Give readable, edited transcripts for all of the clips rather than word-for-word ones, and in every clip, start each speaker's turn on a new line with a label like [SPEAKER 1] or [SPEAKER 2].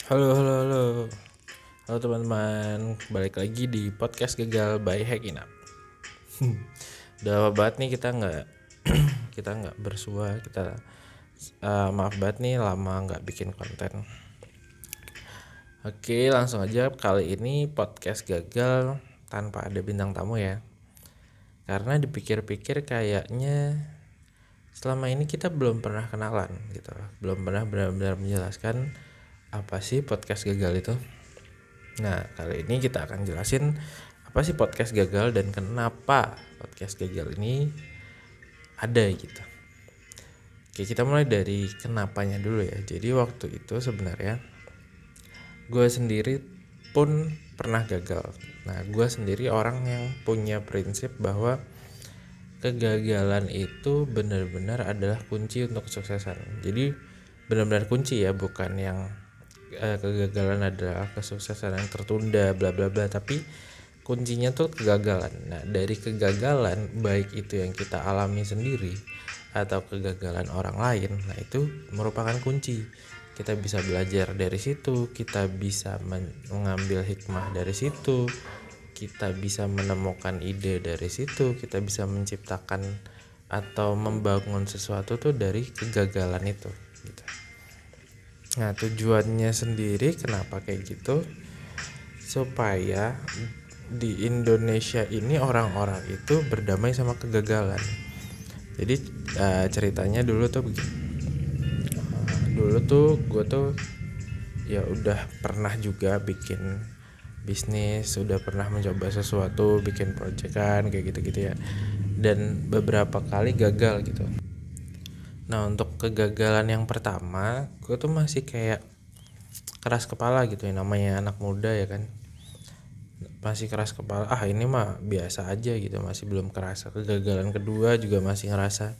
[SPEAKER 1] Halo, halo, halo. Halo teman-teman, balik lagi di podcast Gagal by Hacking Up. Udah lama banget nih kita nggak kita nggak bersua, maaf banget nih lama nggak bikin konten. Oke, langsung aja kali ini podcast gagal tanpa ada bintang tamu ya. Karena dipikir-pikir kayaknya selama ini kita belum pernah kenalan gitu, belum pernah benar-benar menjelaskan apa sih podcast gagal itu. Nah, kali ini kita akan jelasin apa sih podcast gagal dan kenapa podcast gagal ini ada gitu. Oke, kita mulai dari kenapanya dulu ya. Jadi waktu itu sebenarnya gue sendiri pun pernah gagal. Nah, gue sendiri orang yang punya prinsip bahwa kegagalan itu benar-benar adalah kunci untuk kesuksesan. Jadi benar-benar kunci ya, bukan yang kegagalan adalah kesuksesan yang tertunda bla bla bla, tapi kuncinya tuh kegagalan. Nah, dari kegagalan baik itu yang kita alami sendiri atau kegagalan orang lain, nah itu merupakan kunci. Kita bisa belajar dari situ, kita bisa mengambil hikmah dari situ, kita bisa menemukan ide dari situ, kita bisa menciptakan atau membangun sesuatu tuh dari kegagalan itu gitu. Nah, tujuannya sendiri kenapa kayak gitu? Supaya di Indonesia ini orang-orang itu berdamai sama kegagalan. Jadi ceritanya dulu tuh begini. Dulu tuh gue tuh ya udah pernah juga bikin bisnis, sudah pernah mencoba sesuatu, bikin proyekan kayak gitu-gitu ya. Dan beberapa kali gagal gitu. Nah, untuk kegagalan yang pertama, gue tuh masih kayak keras kepala gitu ya, namanya anak muda ya kan. Masih keras kepala, ini mah biasa aja gitu, masih belum kerasa. Kegagalan kedua juga masih ngerasa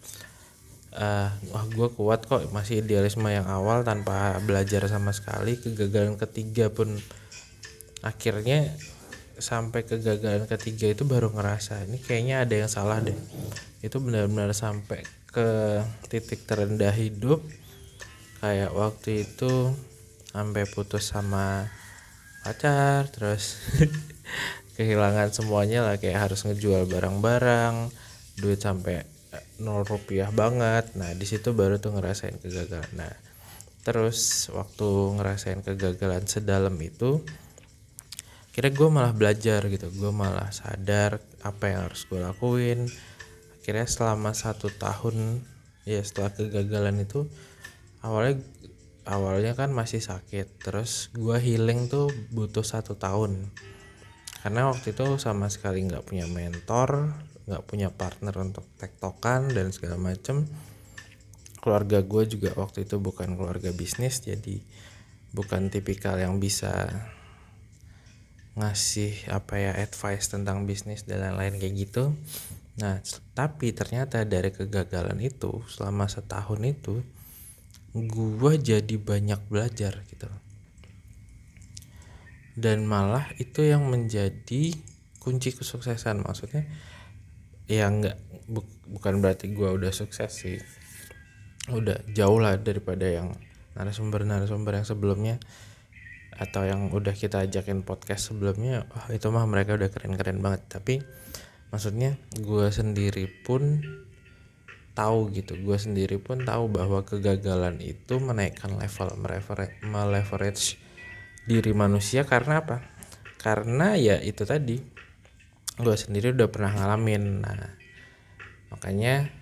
[SPEAKER 1] wah gue kuat kok, masih idealisme yang awal tanpa belajar sama sekali. Kegagalan ketiga pun akhirnya sampai kegagalan ketiga itu baru ngerasa ini kayaknya ada yang salah deh. Itu benar-benar sampai ke titik terendah hidup, kayak waktu itu sampai putus sama pacar, terus kehilangan semuanya lah, kayak harus ngejual barang-barang, duit sampai 0 rupiah banget. Nah, di situ baru tuh ngerasain kegagalan. Nah, terus waktu ngerasain kegagalan sedalam itu, kira gue malah belajar gitu, gue malah sadar apa yang harus gue lakuin. Akhirnya selama 1 tahun ya setelah kegagalan itu, awalnya kan masih sakit, terus gue healing tuh butuh 1 tahun. Karena waktu itu sama sekali nggak punya mentor, nggak punya partner untuk tektokan dan segala macem. Keluarga gue juga waktu itu bukan keluarga bisnis, jadi bukan tipikal yang bisa ngasih advice tentang bisnis dan lain-lain kayak gitu. Nah, tapi ternyata dari kegagalan itu selama 1 tahun itu gue jadi banyak belajar gitu. Dan malah itu yang menjadi kunci kesuksesan. Maksudnya ya bukan berarti gue udah sukses sih, udah jauh lah daripada yang narasumber yang sebelumnya atau yang udah kita ajakin podcast sebelumnya. Itu mah mereka udah keren-keren banget. Tapi maksudnya gue sendiri pun tahu gitu, gue sendiri pun tahu bahwa kegagalan itu menaikkan level, meleverage diri manusia. Karena apa? Karena ya itu tadi, gue sendiri udah pernah ngalamin. Nah, makanya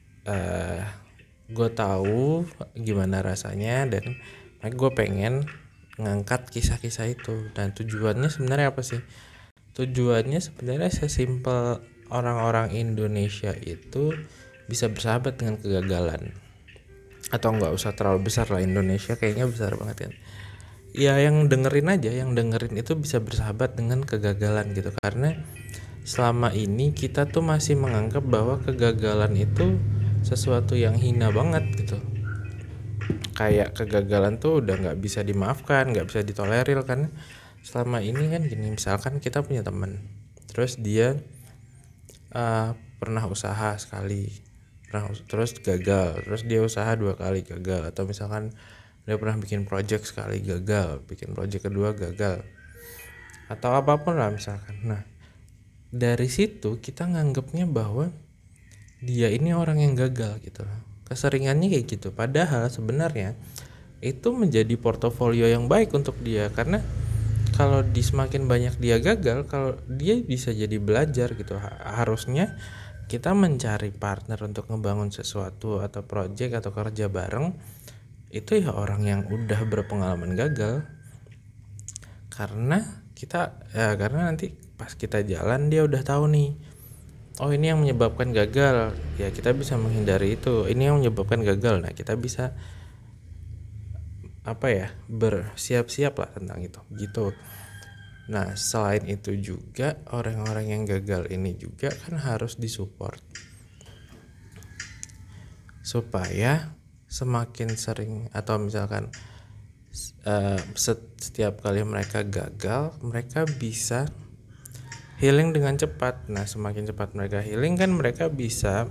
[SPEAKER 1] gue tahu gimana rasanya, dan gue pengen ngangkat kisah-kisah itu. Dan tujuannya sebenarnya apa sih? Tujuannya sebenarnya sesimpel orang-orang Indonesia itu bisa bersahabat dengan kegagalan. Atau nggak usah terlalu besar lah, Indonesia kayaknya besar banget kan. Ya yang dengerin itu bisa bersahabat dengan kegagalan gitu. Karena selama ini kita tuh masih menganggap bahwa kegagalan itu sesuatu yang hina banget gitu. Kayak kegagalan tuh udah nggak bisa dimaafkan, nggak bisa ditolerir kan. Selama ini kan gini, misalkan kita punya teman, terus dia pernah usaha sekali, terus gagal, terus dia usaha 2 kali gagal, atau misalkan Dia pernah bikin project sekali gagal, bikin project kedua gagal, atau apapun lah misalkan. Nah, dari situ kita nganggapnya bahwa dia ini orang yang gagal gitu. Keseringannya kayak gitu. Padahal sebenarnya itu menjadi portofolio yang baik untuk dia, karena kalau di semakin banyak dia gagal, kalau dia bisa jadi belajar gitu. Harusnya kita mencari partner untuk ngebangun sesuatu atau project atau kerja bareng itu ya orang yang udah berpengalaman gagal, karena nanti pas kita jalan dia udah tahu nih, oh ini yang menyebabkan gagal, ya kita bisa menghindari itu. Ini yang menyebabkan gagal, nah kita bisa bersiap-siap lah tentang itu gitu. Nah, selain itu juga orang-orang yang gagal ini juga kan harus disupport supaya semakin sering, atau misalkan setiap kali mereka gagal mereka bisa healing dengan cepat. Nah, semakin cepat mereka healing kan mereka bisa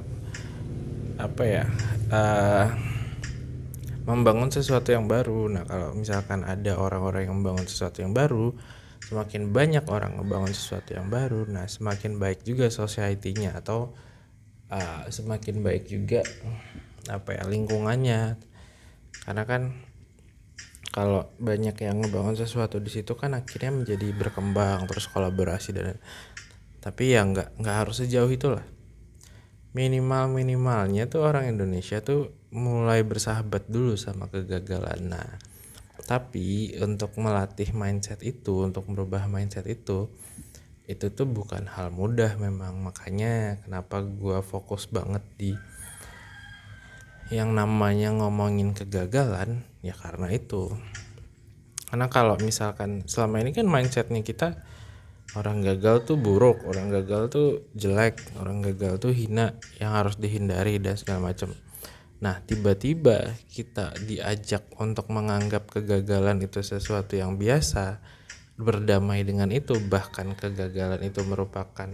[SPEAKER 1] membangun sesuatu yang baru. Nah, kalau misalkan ada orang-orang yang membangun sesuatu yang baru, semakin banyak orang membangun sesuatu yang baru, nah semakin baik juga society-nya, atau semakin baik juga lingkungannya. Karena kan kalau banyak yang ngebangun sesuatu di situ kan akhirnya menjadi berkembang terus kolaborasi tapi ya nggak harus sejauh itulah. Minimalnya tuh orang Indonesia tuh mulai bersahabat dulu sama kegagalan. Nah, tapi untuk melatih mindset itu, untuk merubah mindset itu tuh bukan hal mudah memang. Makanya kenapa gua fokus banget di yang namanya ngomongin kegagalan, ya karena itu. Karena kalau misalkan selama ini kan mindsetnya kita, orang gagal tuh buruk, orang gagal tuh jelek, orang gagal tuh hina, yang harus dihindari dan segala macam. Nah, tiba-tiba kita diajak untuk menganggap kegagalan itu sesuatu yang biasa, berdamai dengan itu, bahkan kegagalan itu merupakan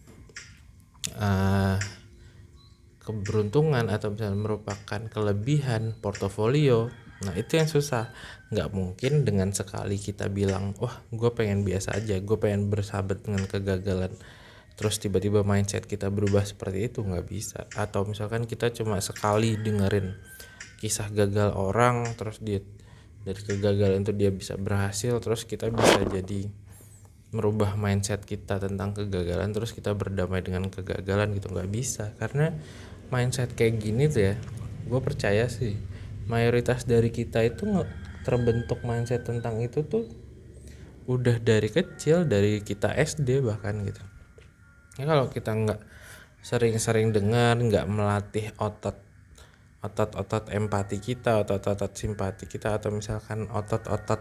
[SPEAKER 1] keberuntungan atau misalnya merupakan kelebihan portofolio. Nah, itu yang susah. Nggak mungkin dengan sekali kita bilang, wah gue pengen biasa aja, gue pengen bersahabat dengan kegagalan, terus tiba-tiba mindset kita berubah seperti itu, nggak bisa. Atau misalkan kita cuma sekali dengerin kisah gagal orang, terus dia dari kegagalan itu dia bisa berhasil, terus kita bisa jadi merubah mindset kita tentang kegagalan, terus kita berdamai dengan kegagalan gitu. Nggak bisa, karena mindset kayak gini tuh ya, gue percaya sih mayoritas dari kita itu terbentuk mindset tentang itu tuh udah dari kecil, dari kita SD bahkan gitu. Ya kalau kita nggak sering-sering dengar, nggak melatih otot empati kita, otot simpati kita, atau misalkan otot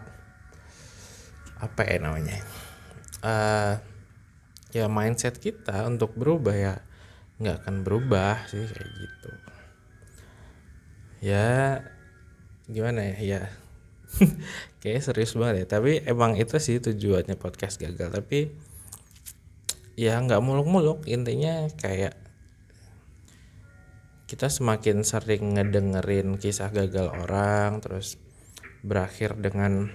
[SPEAKER 1] ya mindset kita untuk berubah, ya nggak akan berubah sih kayak gitu. Ya gimana ya kayak serius banget ya, tapi emang itu sih tujuannya podcast gagal. Tapi ya nggak muluk-muluk, intinya kayak kita semakin sering ngedengerin kisah gagal orang terus berakhir dengan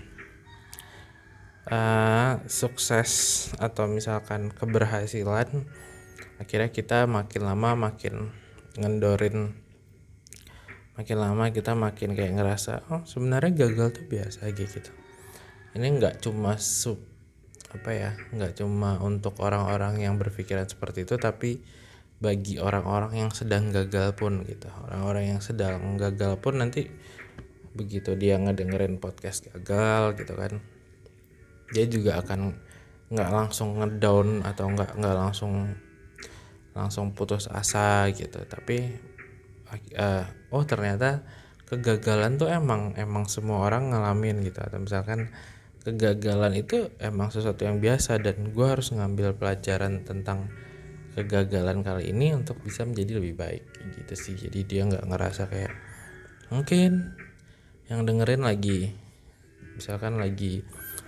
[SPEAKER 1] sukses atau misalkan keberhasilan, akhirnya kita makin lama makin ngendorin, makin lama kita makin kayak ngerasa, oh sebenarnya gagal tuh biasa aja gitu. Ini nggak cuma nggak cuma untuk orang-orang yang berpikiran seperti itu, tapi bagi orang-orang yang sedang gagal pun gitu. Orang-orang yang sedang gagal pun nanti begitu dia ngedengerin podcast gagal gitu kan, dia juga akan nggak langsung ngedown atau nggak langsung putus asa gitu. Tapi oh ternyata kegagalan tuh emang semua orang ngalamin gitu. Atau misalkan kegagalan itu emang sesuatu yang biasa, dan gue harus ngambil pelajaran tentang kegagalan kali ini untuk bisa menjadi lebih baik gitu sih. Jadi dia nggak ngerasa kayak, mungkin yang dengerin lagi misalkan lagi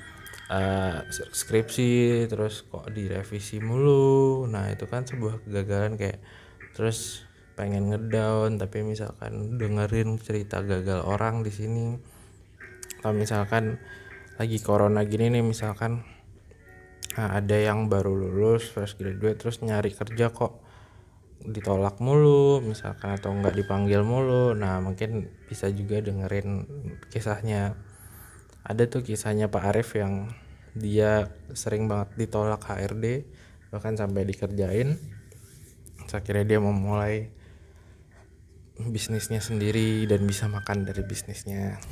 [SPEAKER 1] skripsi terus kok direvisi mulu, nah itu kan sebuah kegagalan, kayak terus pengen ngedown, tapi misalkan dengerin cerita gagal orang di sini, Kalau misalkan lagi corona gini nih, misalkan ada yang baru lulus fresh graduate terus nyari kerja kok ditolak mulu misalkan, atau nggak dipanggil mulu. Nah mungkin bisa juga dengerin kisahnya. Ada tuh kisahnya Pak Arif yang dia sering banget ditolak HRD, bahkan sampai dikerjain. Terus akhirnya dia memulai bisnisnya sendiri dan bisa makan dari bisnisnya.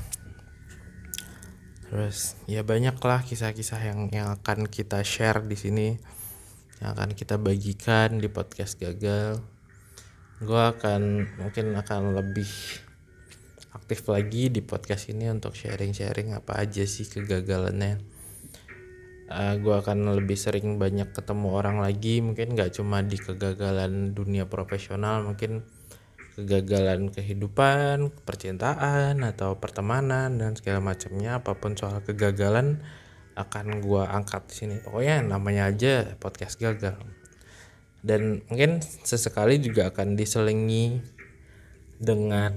[SPEAKER 1] Terus ya banyak lah kisah-kisah yang akan kita share di sini, yang akan kita bagikan di podcast gagal. Gue mungkin akan lebih aktif lagi di podcast ini untuk sharing-sharing apa aja sih kegagalannya. Gue akan lebih sering banyak ketemu orang lagi, mungkin gak cuma di kegagalan dunia profesional, mungkin kegagalan kehidupan, percintaan atau pertemanan dan segala macamnya. Apapun soal kegagalan akan gue angkat di sini. Pokoknya namanya aja podcast gagal. Dan mungkin sesekali juga akan diselingi dengan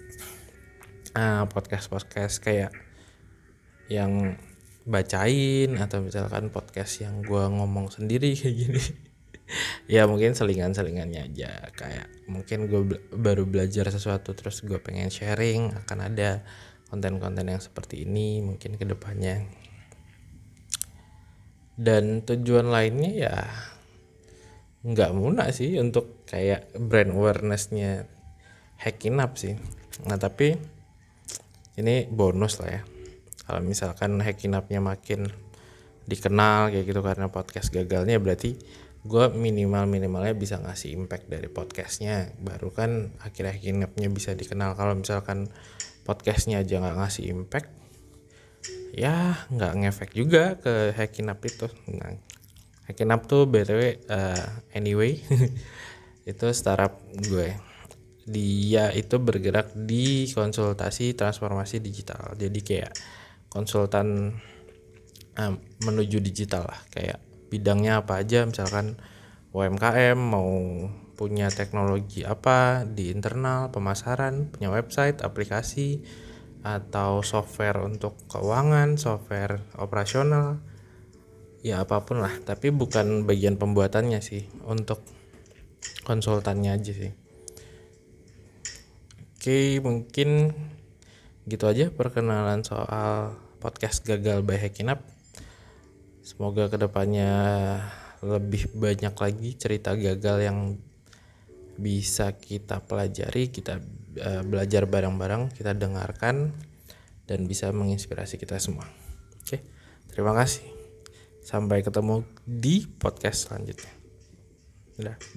[SPEAKER 1] podcast kayak yang bacain, atau misalkan podcast yang gue ngomong sendiri kayak gini. Ya mungkin selingan-selingannya aja, kayak mungkin gue baru belajar sesuatu terus gue pengen sharing, akan ada konten-konten yang seperti ini mungkin kedepannya. Dan tujuan lainnya ya nggak muna sih, untuk kayak brand awarenessnya Hacking Up sih. Nah tapi ini bonus lah ya, kalau misalkan Hacking Up-nya makin dikenal kayak gitu karena podcast gagalnya, berarti gue minimalnya bisa ngasih impact dari podcastnya, baru kan akhirnya Hacking Up-nya bisa dikenal. Kalau misalkan podcastnya aja nggak ngasih impact, ya nggak ngefek juga ke Hacking Up itu. Nah, Hacking Up tuh btw anyway itu startup gue. Dia itu bergerak di konsultasi transformasi digital, jadi kayak konsultan menuju digital lah. Kayak bidangnya apa aja, misalkan UMKM mau punya teknologi apa di internal, pemasaran, punya website, aplikasi, atau software untuk keuangan, software operasional, ya apapun lah. Tapi bukan bagian pembuatannya sih, untuk konsultannya aja sih. Oke, mungkin gitu aja perkenalan soal podcast gagal by Hacking Up. Semoga kedepannya lebih banyak lagi cerita gagal yang bisa kita pelajari, kita belajar bareng-bareng, kita dengarkan, dan bisa menginspirasi kita semua. Oke, terima kasih. Sampai ketemu di podcast selanjutnya. Udah.